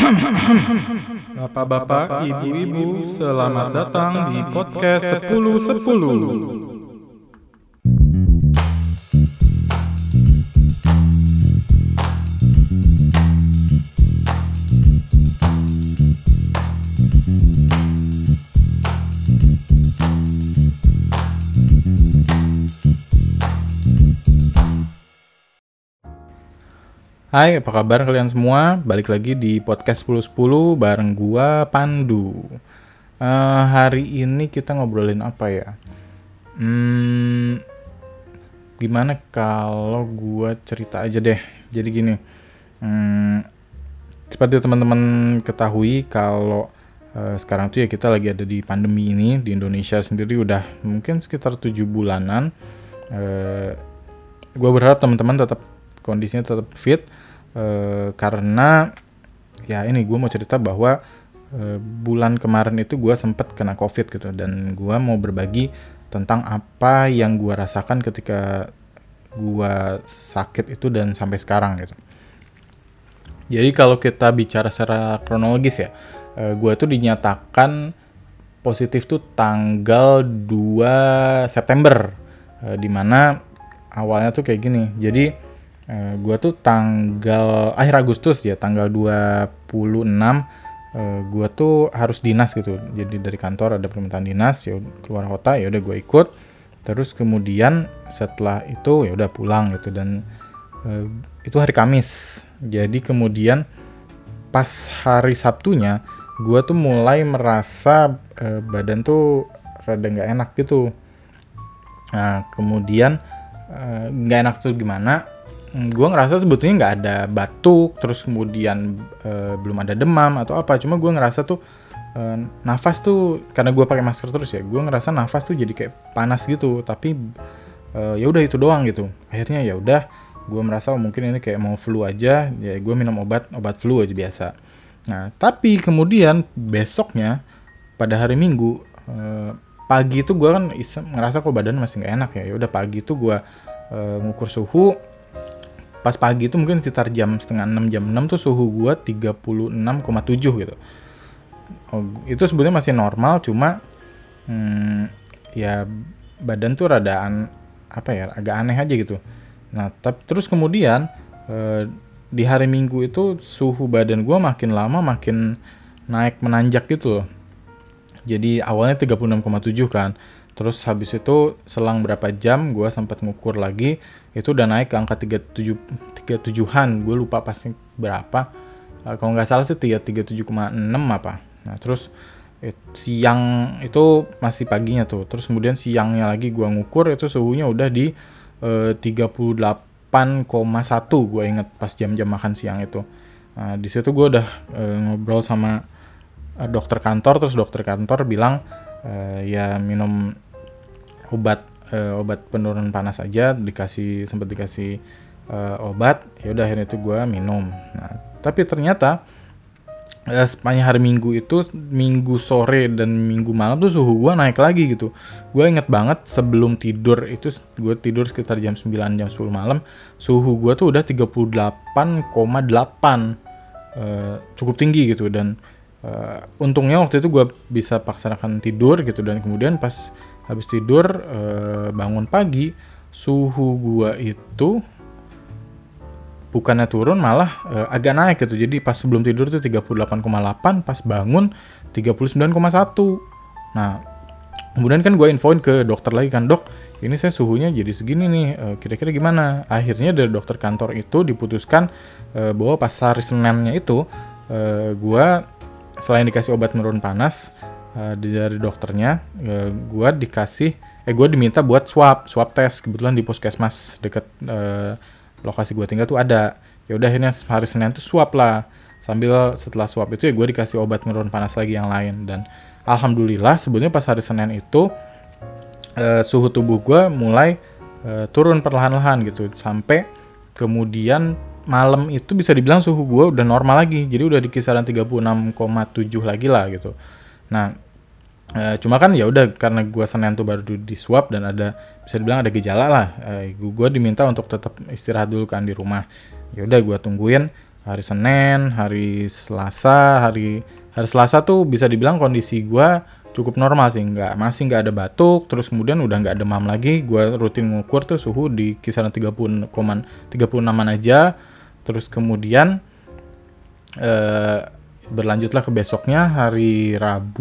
Bapak-bapak, ibu-ibu, selamat datang di podcast 1010. Hai, apa kabar kalian semua? Balik lagi di podcast 1010 bareng gua Pandu. Hari ini kita ngobrolin apa ya? Gimana kalau gua cerita aja deh. Jadi gini, seperti teman-teman ketahui kalau sekarang tuh ya kita lagi ada di pandemi ini di Indonesia sendiri udah mungkin sekitar 7 bulanan. Gua berharap teman-teman tetap kondisinya tetap fit. Karena ya ini gue mau cerita bahwa bulan kemarin itu gue sempet kena COVID gitu, dan gue mau berbagi tentang apa yang gue rasakan ketika gue sakit itu dan sampai sekarang gitu. Jadi kalau kita bicara secara kronologis ya, gue tuh dinyatakan positif tuh tanggal 2 September, dimana awalnya tuh kayak gini. Jadi gue tuh akhir Agustus ya, tanggal 26 gue tuh harus dinas gitu. Jadi dari kantor ada permintaan dinas, ya keluar kota, ya udah gue ikut. Terus kemudian setelah itu ya udah pulang gitu, dan itu hari Kamis. Jadi kemudian pas hari Sabtunya gue tuh mulai merasa badan tuh rada nggak enak gitu. Nah kemudian nggak enak tuh gimana? Gue ngerasa sebetulnya nggak ada batuk, terus kemudian belum ada demam atau apa. Cuma gue ngerasa tuh nafas tuh, karena gue pakai masker terus ya, gue ngerasa nafas tuh jadi kayak panas gitu. Tapi ya udah itu doang gitu. Akhirnya ya udah, gue merasa mungkin ini kayak mau flu aja. Ya gue minum obat flu aja biasa. Nah tapi kemudian besoknya pada hari Minggu pagi tuh gue kan ngerasa kok badan masih nggak enak ya. Ya udah pagi tuh gue ngukur suhu. Pas pagi itu mungkin sekitar jam setengah 6, jam 6 tuh suhu gue 36,7 gitu. Itu sebetulnya masih normal, cuma ya badan tuh radaan agak aneh aja gitu. Nah terus kemudian di hari Minggu itu suhu badan gue makin lama makin naik menanjak gitu loh. Jadi awalnya 36,7 kan. Terus habis itu selang berapa jam gue sempat ngukur lagi, itu udah naik ke angka 37-an. Gue lupa pasti berapa. Kalau nggak salah sih 37,6 apa. Nah terus siang itu masih paginya tuh. Terus kemudian siangnya lagi gue ngukur, itu suhunya udah di 38,1. Gue inget pas jam-jam makan siang itu. Nah di situ gue udah ngobrol sama dokter kantor. Terus dokter kantor bilang ya minum obat penurun panas aja, sempat dikasih obat. Ya udah akhirnya itu gue minum. Nah tapi ternyata sepanjang hari Minggu itu, Minggu sore dan Minggu malam tuh suhu gue naik lagi gitu. Gue inget banget sebelum tidur itu, gue tidur sekitar jam 9, jam 10 malam, suhu gue tuh udah 38,8, cukup tinggi gitu. Dan untungnya waktu itu gue bisa paksanakan tidur gitu, dan kemudian pas habis tidur bangun pagi, suhu gua itu bukannya turun, malah agak naik gitu. Jadi pas sebelum tidur tuh 38,8, pas bangun 39,1. Nah kemudian kan gue infoin ke dokter lagi kan, dok ini saya suhunya jadi segini nih, kira-kira gimana? Akhirnya dari dokter kantor itu diputuskan bahwa pas hari Seninnya itu gue selain dikasih obat menurun panas dari dokternya, gue diminta buat swab tes. Kebetulan di puskesmas deket lokasi gue tinggal tuh ada. Ya udah akhirnya hari Senin tuh swab lah. Setelah swab itu ya gue dikasih obat menurun panas lagi yang lain. Dan alhamdulillah sebetulnya pas hari Senin itu suhu tubuh gue mulai turun perlahan-lahan gitu, sampai kemudian malam itu bisa dibilang suhu gue udah normal lagi. Jadi udah di kisaran 36,7 lagi lah gitu. Nah cuma kan ya udah, karena gue Senin tuh baru di swab dan bisa dibilang ada gejala lah, gue diminta untuk tetap istirahat dulu kan di rumah. Ya udah gue tungguin hari Senin, hari Selasa, hari Selasa tuh bisa dibilang kondisi gue cukup normal sih, masih nggak ada batuk, terus kemudian udah nggak demam lagi. Gue rutin ngukur tuh suhu di kisaran 36-an aja. Terus kemudian berlanjutlah ke besoknya hari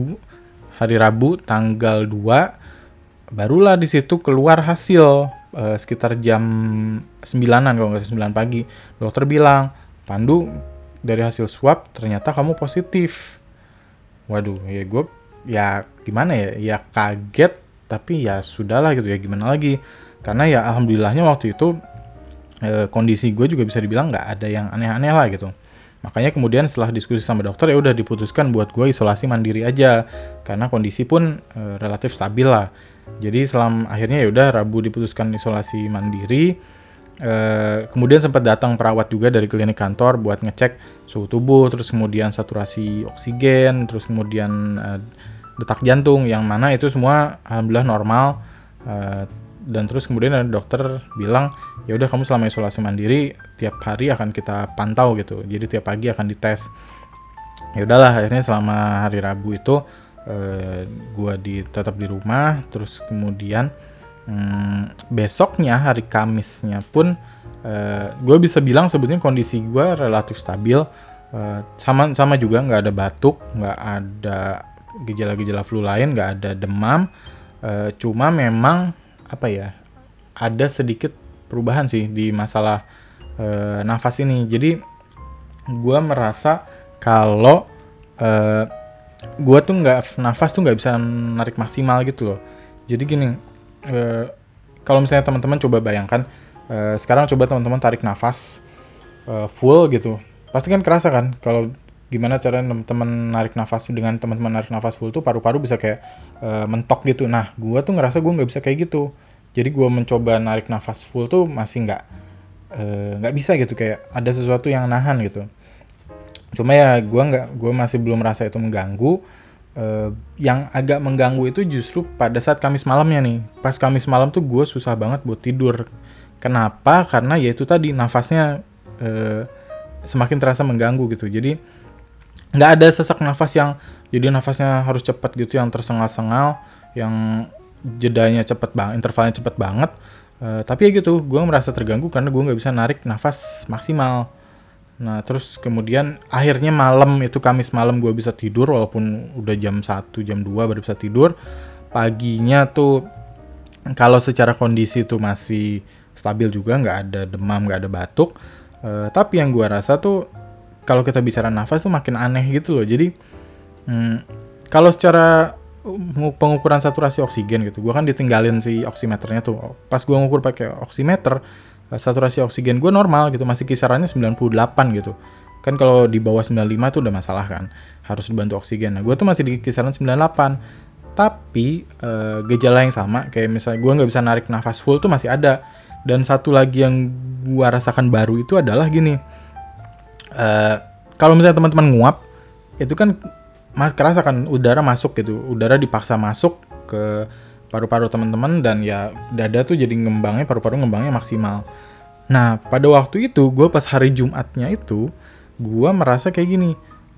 Rabu tanggal 2, barulah di situ keluar hasil sekitar jam 9-an kalau nggak salah, 9 pagi. Dokter bilang, "Pandu, dari hasil swab ternyata kamu positif." Waduh, ya gue ya gimana ya, ya kaget, tapi ya sudahlah gitu ya, gimana lagi. Karena ya alhamdulillahnya waktu itu kondisi gue juga bisa dibilang nggak ada yang aneh-aneh lah gitu. Makanya kemudian setelah diskusi sama dokter ya udah diputuskan buat gue isolasi mandiri aja, karena kondisi pun relatif stabil lah. Jadi akhirnya ya udah Rabu diputuskan isolasi mandiri. Kemudian sempat datang perawat juga dari klinik kantor buat ngecek suhu tubuh, terus kemudian saturasi oksigen, terus kemudian detak jantung, yang mana itu semua alhamdulillah normal. Dan terus kemudian ada dokter bilang, ya udah kamu selama isolasi mandiri tiap hari akan kita pantau gitu, jadi tiap pagi akan dites. Ya udahlah, akhirnya selama hari Rabu itu gue tetap di rumah. Terus kemudian besoknya hari Kamisnya pun gue bisa bilang sebetulnya kondisi gue relatif stabil, sama juga, nggak ada batuk, nggak ada gejala-gejala flu lain, nggak ada demam. Cuma memang apa ya, ada sedikit perubahan sih di masalah nafas ini. Jadi gue merasa kalau gue tuh nafas tuh nggak bisa narik maksimal gitu loh. Jadi gini, kalau misalnya teman-teman coba bayangkan, sekarang coba teman-teman tarik nafas full gitu, pasti kan kerasa kan kalau gimana caranya teman-teman narik nafas. Dengan teman-teman narik nafas full tuh paru-paru bisa kayak mentok gitu. Nah, gue tuh ngerasa gue nggak bisa kayak gitu. Jadi gue mencoba narik nafas full tuh masih nggak bisa gitu, kayak ada sesuatu yang nahan gitu. Cuma ya gue masih belum merasa itu mengganggu. Yang agak mengganggu itu justru pada saat Kamis malamnya nih. Pas Kamis malam tuh gue susah banget buat tidur. Kenapa? Karena ya itu tadi, nafasnya semakin terasa mengganggu gitu. Jadi nggak ada sesak nafas yang jadi nafasnya harus cepat gitu, yang tersengal-sengal, yang jedanya cepet banget, intervalnya cepet banget. Tapi ya gitu, gue merasa terganggu karena gue nggak bisa narik nafas maksimal. Nah, terus kemudian akhirnya malam itu, Kamis malam, gue bisa tidur walaupun udah jam 1, jam 2 baru bisa tidur. Paginya tuh kalau secara kondisi tuh masih stabil juga, nggak ada demam, nggak ada batuk. Tapi yang gue rasa tuh kalau kita bicara nafas tuh makin aneh gitu loh. Jadi kalau secara pengukuran saturasi oksigen gitu, gue kan ditinggalin si oximeternya tuh. Pas gue ngukur pakai oximeter, saturasi oksigen gue normal gitu, masih kisarannya 98 gitu. Kan kalau di bawah 95 tuh udah masalah kan, harus dibantu oksigen. Nah, gue tuh masih di kisaran 98. Tapi gejala yang sama, kayak misalnya gue nggak bisa narik nafas full tuh masih ada. Dan satu lagi yang gue rasakan baru itu adalah gini, kalau misalnya teman-teman nguap, itu kan kerasa kan udara masuk gitu, udara dipaksa masuk ke paru-paru teman-teman, dan ya dada tuh jadi paru-paru ngembangnya maksimal. Nah, pada waktu itu gue pas hari Jumatnya itu, gue merasa kayak gini,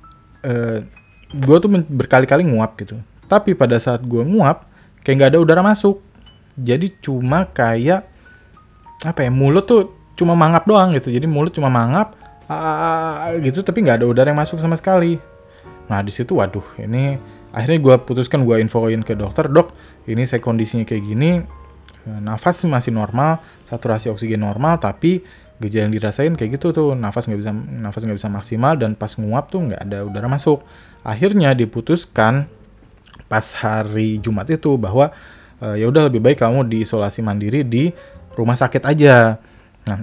gue tuh berkali-kali nguap gitu, tapi pada saat gue nguap kayak nggak ada udara masuk. Jadi cuma kayak apa ya, mulut tuh cuma mangap doang gitu. Jadi mulut cuma mangap gitu, tapi nggak ada udara yang masuk sama sekali. Nah, di situ waduh, ini akhirnya gue putuskan, gue infoin ke dokter, "Dok, ini saya kondisinya kayak gini, nafas masih normal, saturasi oksigen normal, tapi gejala yang dirasain kayak gitu tuh, nafas nggak bisa maksimal, dan pas nguap tuh nggak ada udara masuk." Akhirnya diputuskan pas hari Jumat itu bahwa ya udah lebih baik kamu diisolasi mandiri di rumah sakit aja. Nah,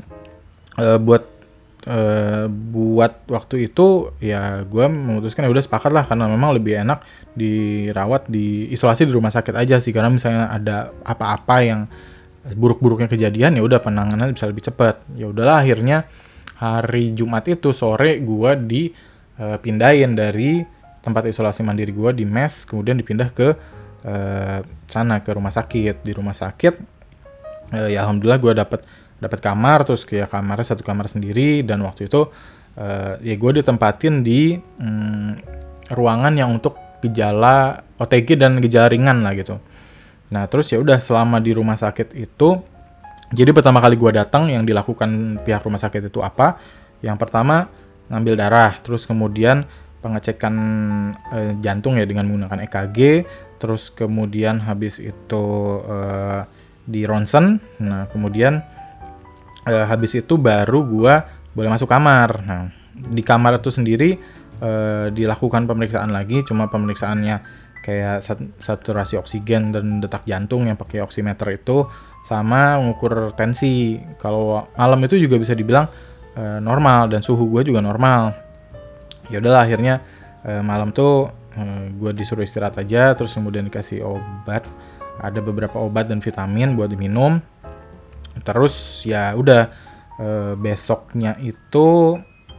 buat waktu itu ya gue memutuskan ya udah sepakat lah, karena memang lebih enak dirawat di isolasi di rumah sakit aja sih, karena misalnya ada apa-apa yang buruk-buruknya kejadian, ya udah penanganannya bisa lebih cepat. Ya udahlah, akhirnya hari Jumat itu sore gue dipindahin dari tempat isolasi mandiri gue di mes, kemudian dipindah ke sana, ke rumah sakit. Di rumah sakit ya alhamdulillah gue dapat kamar, terus kayak kamarnya satu kamar sendiri. Dan waktu itu Ya gue ditempatin di ruangan yang untuk gejala OTG dan gejala ringan lah gitu. Nah terus ya udah selama di rumah sakit itu, jadi pertama kali gue datang yang dilakukan pihak rumah sakit itu apa? Yang pertama ngambil darah, terus kemudian pengecekan jantung ya dengan menggunakan EKG, terus kemudian habis itu di ronsen. Nah kemudian habis itu baru gue boleh masuk kamar. Nah di kamar itu sendiri dilakukan pemeriksaan lagi, cuma pemeriksaannya kayak saturasi oksigen dan detak jantung yang pakai oximeter itu, sama mengukur tensi. Kalau malam itu juga bisa dibilang normal dan suhu gue juga normal. Ya udahlah akhirnya malam tuh gue disuruh istirahat aja, terus kemudian dikasih obat, ada beberapa obat dan vitamin buat diminum. Terus ya udah besoknya itu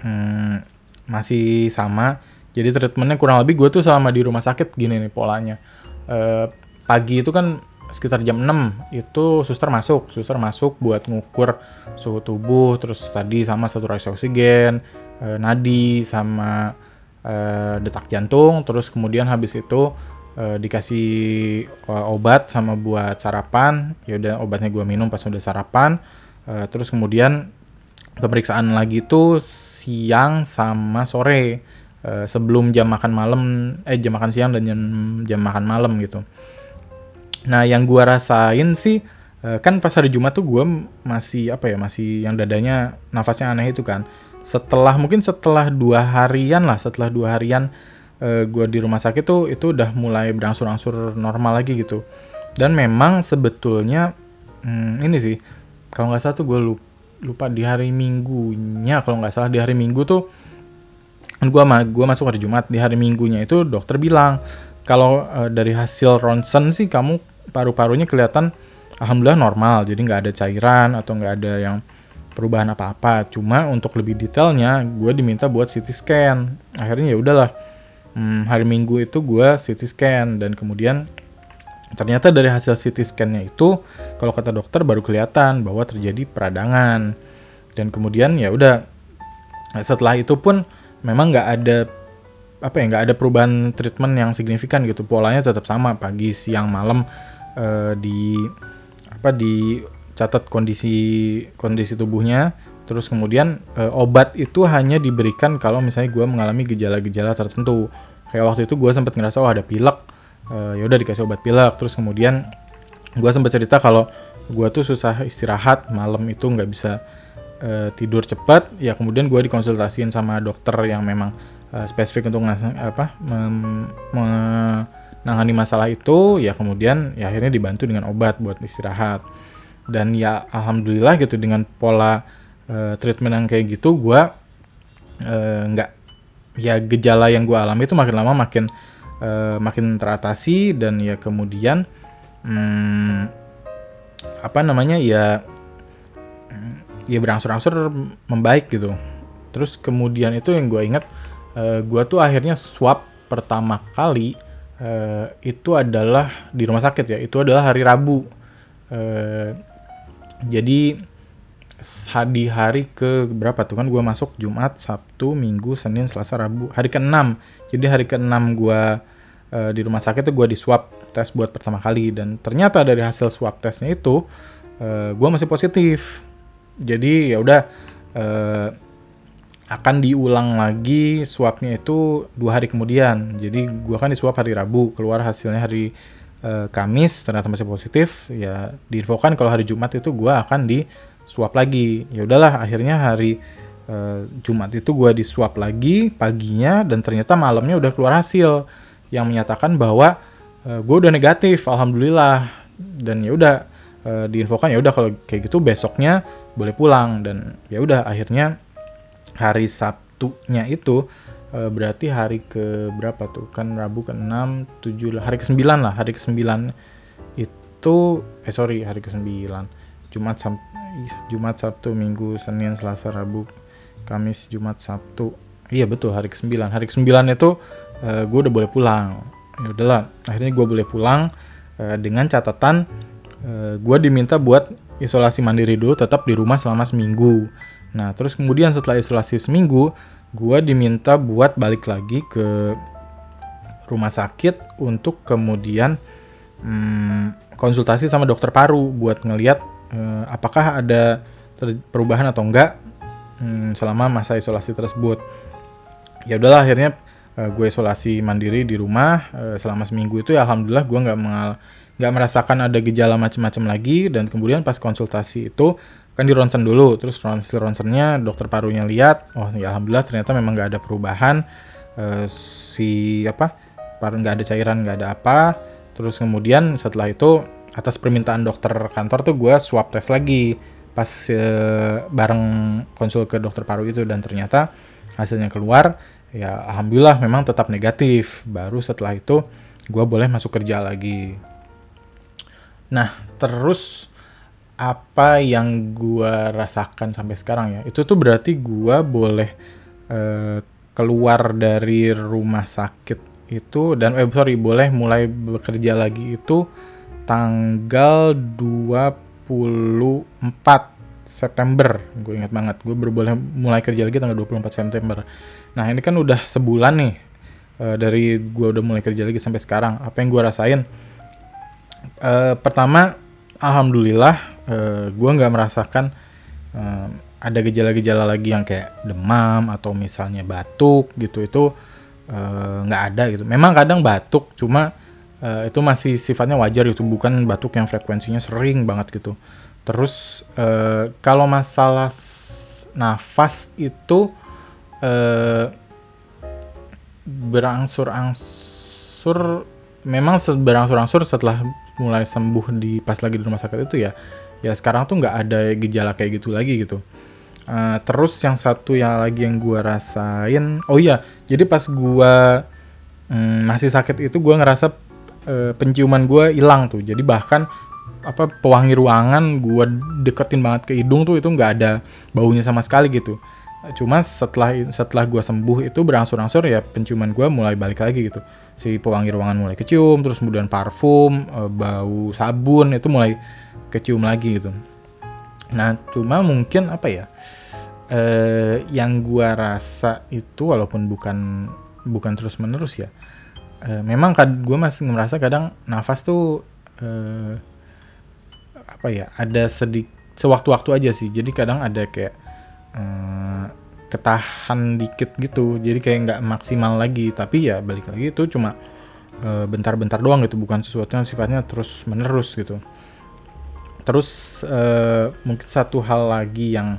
masih sama. Jadi treatmentnya kurang lebih gue tuh selama di rumah sakit gini nih polanya. Pagi itu kan sekitar jam 6 itu suster masuk buat ngukur suhu tubuh, terus tadi sama saturasi oksigen, nadi sama detak jantung. Terus kemudian habis itu dikasih obat sama buat sarapan. Ya udah obatnya gue minum pas udah sarapan. Terus kemudian pemeriksaan lagi tuh siang sama sore, sebelum jam makan malam, jam makan siang dan jam makan malam gitu. Nah yang gue rasain sih kan pas hari Jumat tuh gue masih masih yang dadanya nafasnya aneh itu kan. Mungkin setelah 2 harian gue di rumah sakit tuh itu udah mulai berangsur-angsur normal lagi gitu. Dan memang sebetulnya ini sih kalau nggak salah tuh gue lupa di hari Minggunya, kalau nggak salah di hari Minggu tuh gue masuk hari Jumat. Di hari Minggunya itu dokter bilang kalau dari hasil ronsen sih kamu paru-parunya kelihatan alhamdulillah normal, jadi nggak ada cairan atau nggak ada yang perubahan apa-apa. Cuma untuk lebih detailnya gue diminta buat CT scan. Akhirnya ya udahlah, hari Minggu itu gue CT scan dan kemudian ternyata dari hasil CT scan-nya itu kalau kata dokter baru kelihatan bahwa terjadi peradangan. Dan kemudian ya udah setelah itu pun memang nggak ada perubahan treatment yang signifikan gitu. Polanya tetap sama, pagi, siang, malam, dicatat kondisi tubuhnya. Terus kemudian obat itu hanya diberikan kalau misalnya gue mengalami gejala-gejala tertentu. Kayak waktu itu gue sempat ngerasa ada pilek, ya udah dikasih obat pilek. Terus kemudian gue sempat cerita kalau gue tuh susah istirahat malam itu, nggak bisa tidur cepat. Ya kemudian gue dikonsultasiin sama dokter yang memang spesifik untuk menangani masalah itu. Ya kemudian ya akhirnya dibantu dengan obat buat istirahat. Dan ya alhamdulillah gitu, dengan pola treatment yang kayak gitu gue gejala yang gue alami itu makin lama makin teratasi. Dan ya kemudian ya berangsur-angsur membaik gitu. Terus kemudian itu yang gue ingat, gue tuh akhirnya swab pertama kali itu adalah di rumah sakit ya, itu adalah hari Rabu. Jadi di hari ke berapa tuh kan gue masuk Jumat, Sabtu, Minggu, Senin, Selasa, Rabu, hari ke-6. Jadi hari ke-6 gue di rumah sakit tuh gue di swab tes buat pertama kali. Dan ternyata dari hasil swab tesnya itu gue masih positif. Jadi ya udah akan diulang lagi swabnya itu 2 hari kemudian. Jadi gue kan di swab hari Rabu, keluar hasilnya hari Kamis, ternyata masih positif. Ya diinfokan kalau hari Jumat itu gue akan di swab lagi. Ya udahlah akhirnya hari Jumat itu gue di swab lagi paginya, dan ternyata malamnya udah keluar hasil yang menyatakan bahwa gue udah negatif, alhamdulillah. Dan ya udah diinfokan ya udah kalau kayak gitu besoknya boleh pulang. Dan ya udah akhirnya hari Sabtunya itu berarti hari ke berapa tuh kan, Rabu ke-6, 7, hari ke-9 lah. Hari ke-9 itu hari ke-9 Jumat, Sabtu, Minggu, Senin, Selasa, Rabu, Kamis, Jumat, Sabtu. Iya betul, hari ke-9. Hari ke-9 itu gue udah boleh pulang. Ya udahlah, akhirnya gue boleh pulang dengan catatan gue diminta buat isolasi mandiri dulu, tetap di rumah selama seminggu. Nah terus kemudian setelah isolasi seminggu, gue diminta buat balik lagi ke rumah sakit untuk kemudian konsultasi sama dokter paru buat ngeliat apakah ada perubahan atau enggak selama masa isolasi tersebut. Ya udahlah, akhirnya gue isolasi mandiri di rumah selama seminggu itu. Ya alhamdulillah gue nggak merasakan ada gejala macam-macam lagi. Dan kemudian pas konsultasi itu kan di ronsen dulu, terus hasil ronsennya dokter parunya lihat, oh ya alhamdulillah ternyata memang nggak ada perubahan, paru nggak ada cairan, nggak ada apa. Terus kemudian setelah itu atas permintaan dokter kantor tuh gue swab tes lagi pas bareng konsul ke dokter paru itu, dan ternyata hasilnya keluar, ya alhamdulillah memang tetap negatif. Baru setelah itu gue boleh masuk kerja lagi. Nah terus apa yang gue rasakan sampai sekarang ya, itu tuh berarti gue boleh keluar dari rumah sakit itu dan boleh mulai bekerja lagi itu tanggal 24 September. Gue ingat banget, gue baru boleh mulai kerja lagi tanggal 24 September. Nah ini kan udah sebulan nih dari gue udah mulai kerja lagi sampai sekarang. Apa yang gue rasain? Pertama, alhamdulillah gue nggak merasakan ada gejala-gejala lagi yang kayak demam atau misalnya batuk gitu. Itu nggak ada gitu. Memang kadang batuk, cuma itu masih sifatnya wajar gitu, bukan batuk yang frekuensinya sering banget gitu. Terus kalau masalah nafas itu berangsur-angsur, memang berangsur-angsur setelah mulai sembuh pas lagi di rumah sakit itu ya sekarang tuh nggak ada gejala kayak gitu lagi gitu. Terus yang satu yang lagi yang gue rasain, oh iya, jadi pas gue masih sakit itu gue ngerasa penciuman gue hilang tuh. Jadi bahkan pewangi ruangan gue deketin banget ke hidung tuh itu nggak ada baunya sama sekali gitu. Cuma setelah gue sembuh itu berangsur-angsur ya penciuman gue mulai balik lagi gitu. Si pewangi ruangan mulai kecium, terus kemudian parfum, bau sabun itu mulai kecium lagi gitu. Nah cuma mungkin yang gue rasa itu walaupun bukan terus menerus ya, memang gue masih merasa kadang nafas tuh ada sewaktu-waktu aja sih. Jadi kadang ada kayak ketahan dikit gitu, jadi kayak nggak maksimal lagi. Tapi ya balik lagi itu cuma bentar-bentar doang gitu, bukan sesuatu yang sifatnya terus menerus gitu. Terus mungkin satu hal lagi yang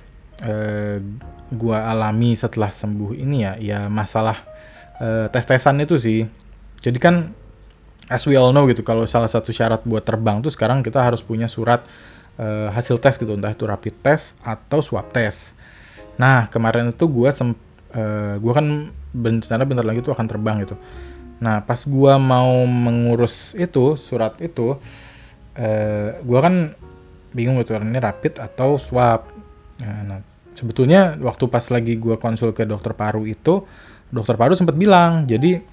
gue alami setelah sembuh ini ya masalah tes-tesan itu sih. Jadi kan as we all know gitu, kalau salah satu syarat buat terbang tuh sekarang kita harus punya surat hasil tes gitu, entah itu rapid test atau swab test. Nah kemarin itu gue kan berencana bentar lagi tuh akan terbang gitu. Nah pas gue mau mengurus itu surat itu, gue kan bingung gitu, ini rapid atau swab. Nah sebetulnya waktu pas lagi gue konsul ke dokter paru itu, dokter paru sempat bilang, jadi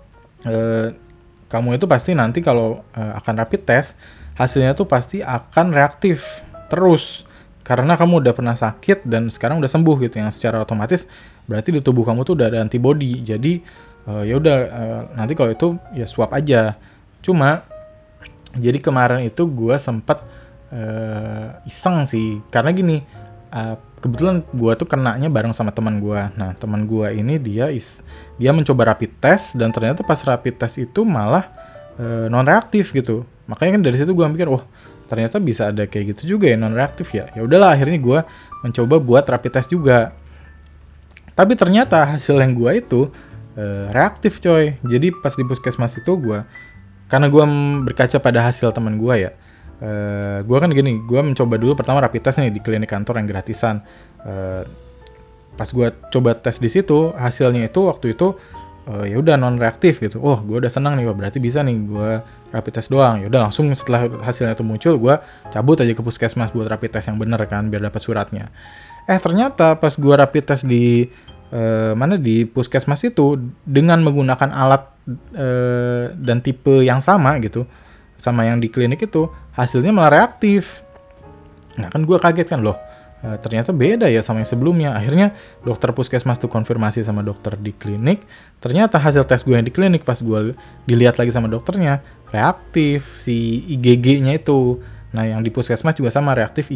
kamu itu pasti nanti kalau akan rapid test, hasilnya tuh pasti akan reaktif terus karena kamu udah pernah sakit dan sekarang udah sembuh gitu, yang secara otomatis berarti di tubuh kamu tuh udah ada antibody. Jadi ya udah nanti kalau itu ya swab aja. Cuma jadi kemarin itu gue sempet iseng sih, karena gini, kebetulan gue tuh kenanya bareng sama teman gue. Nah teman gue ini dia mencoba rapid test dan ternyata pas rapid test itu malah non reaktif gitu. Makanya kan dari situ gue mikir, ternyata bisa ada kayak gitu juga ya, non reaktif ya. Ya udahlah, akhirnya gue mencoba buat rapid test juga. Tapi ternyata hasil yang gue itu reaktif coy. Jadi pas di puskesmas itu karena gue berkaca pada hasil teman gue ya, gue kan gini, gue mencoba dulu pertama rapid test nih di klinik kantor yang gratisan. Pas gue coba tes di situ, hasilnya itu waktu itu ya udah non reaktif gitu. Gue udah senang nih, berarti bisa nih gue rapid test doang. Ya udah langsung setelah hasilnya itu muncul, gue cabut aja ke puskesmas buat rapid test yang bener kan, biar dapat suratnya. Ternyata pas gue rapid test di di puskesmas itu dengan menggunakan alat dan tipe yang sama gitu sama yang di klinik itu, hasilnya malah reaktif. Nah kan gue kaget kan, ternyata beda ya sama yang sebelumnya. Akhirnya dokter puskesmas tuh konfirmasi sama dokter di klinik, ternyata hasil tes gue yang di klinik pas gue dilihat lagi sama dokternya reaktif si IgG-nya itu. Nah yang di puskesmas juga sama, reaktif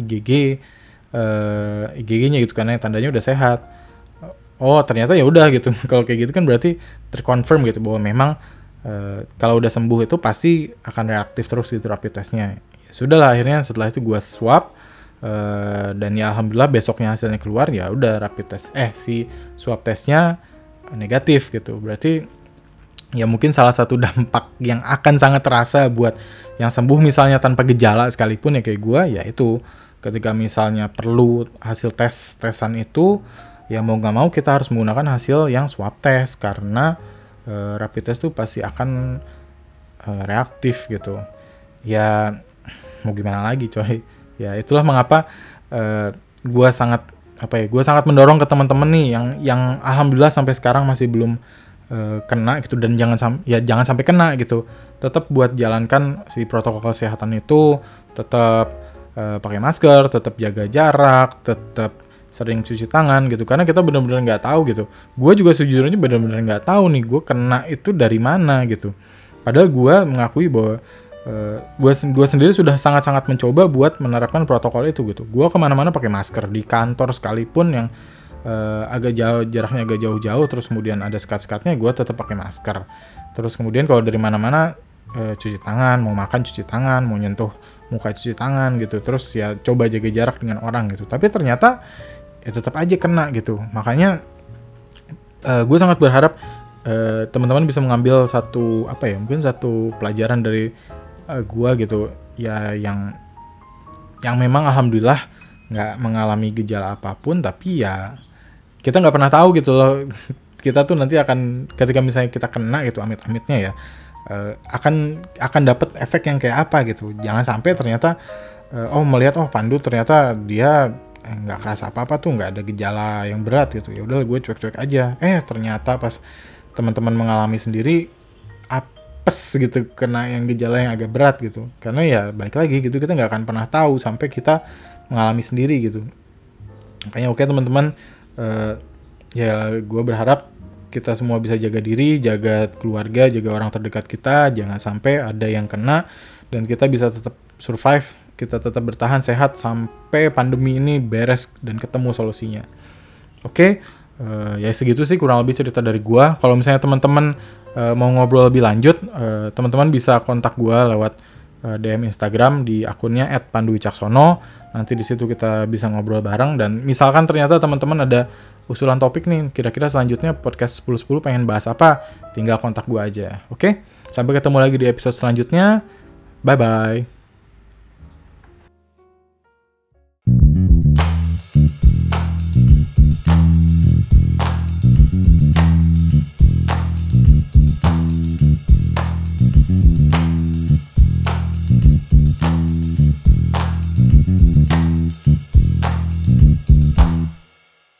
IgG-nya gitu, karena tandanya udah sehat. Oh ternyata ya udah gitu. Kalau kayak gitu kan berarti terkonfirm gitu bahwa memang kalau udah sembuh itu pasti akan reaktif terus gitu rapid testnya. Ya sudahlah, akhirnya setelah itu gue swab. Dan ya alhamdulillah besoknya hasilnya keluar, ya udah rapid test si swab testnya negatif gitu. Berarti ya mungkin salah satu dampak yang akan sangat terasa buat yang sembuh misalnya tanpa gejala sekalipun ya kayak gue, ya itu ketika misalnya perlu hasil tesan itu, ya mau nggak mau kita harus menggunakan hasil yang swab test karena rapid test tuh pasti akan reaktif gitu. Ya mau gimana lagi coy. Ya itulah mengapa gue sangat mendorong ke teman-teman nih yang alhamdulillah sampai sekarang masih belum kena gitu, dan jangan sampai kena gitu. Tetap buat jalankan si protokol kesehatan itu, tetap pakai masker, tetap jaga jarak, tetap sering cuci tangan gitu, karena kita benar-benar nggak tahu gitu. Gue juga sejujurnya benar-benar nggak tahu nih gue kena itu dari mana gitu. Padahal gue mengakui bahwa gue sendiri sudah sangat-sangat mencoba buat menerapkan protokol itu gitu. Gue kemana-mana pakai masker, di kantor sekalipun yang agak jauh, jaraknya agak jauh-jauh, terus kemudian ada sekat-sekatnya, gue tetap pakai masker. Terus kemudian kalau dari mana-mana cuci tangan, mau makan cuci tangan, mau nyentuh muka cuci tangan gitu. Terus ya coba jaga jarak dengan orang gitu. Tapi ternyata ya tetap aja kena gitu. Makanya gue sangat berharap teman-teman bisa mengambil satu pelajaran dari gue gitu ya, yang memang alhamdulillah nggak mengalami gejala apapun, tapi ya kita nggak pernah tahu gitu loh. Kita tuh nanti akan, ketika misalnya kita kena gitu, amit-amitnya ya, akan dapat efek yang kayak apa gitu. Jangan sampai ternyata melihat Pandu ternyata dia nggak kerasa apa-apa tuh, nggak ada gejala yang berat gitu, ya udah gue cuek-cuek aja. Ternyata pas teman-teman mengalami sendiri apes gitu, kena yang gejala yang agak berat gitu. Karena ya balik lagi gitu, kita nggak akan pernah tahu sampai kita mengalami sendiri gitu. Makanya oke teman-teman, ya gue berharap kita semua bisa jaga diri, jaga keluarga, jaga orang terdekat kita, jangan sampai ada yang kena, dan kita bisa tetap survive, kita tetap bertahan sehat sampai pandemi ini beres dan ketemu solusinya. Oke, ya segitu sih kurang lebih cerita dari gue. Kalau misalnya teman-teman mau ngobrol lebih lanjut, teman-teman bisa kontak gue lewat DM Instagram di akunnya @panduwicaksono. Nanti di situ kita bisa ngobrol bareng, dan misalkan ternyata teman-teman ada usulan topik nih, kira-kira selanjutnya podcast 10-10 pengen bahas apa, tinggal kontak gue aja. Oke? Sampai ketemu lagi di episode selanjutnya. Bye-bye.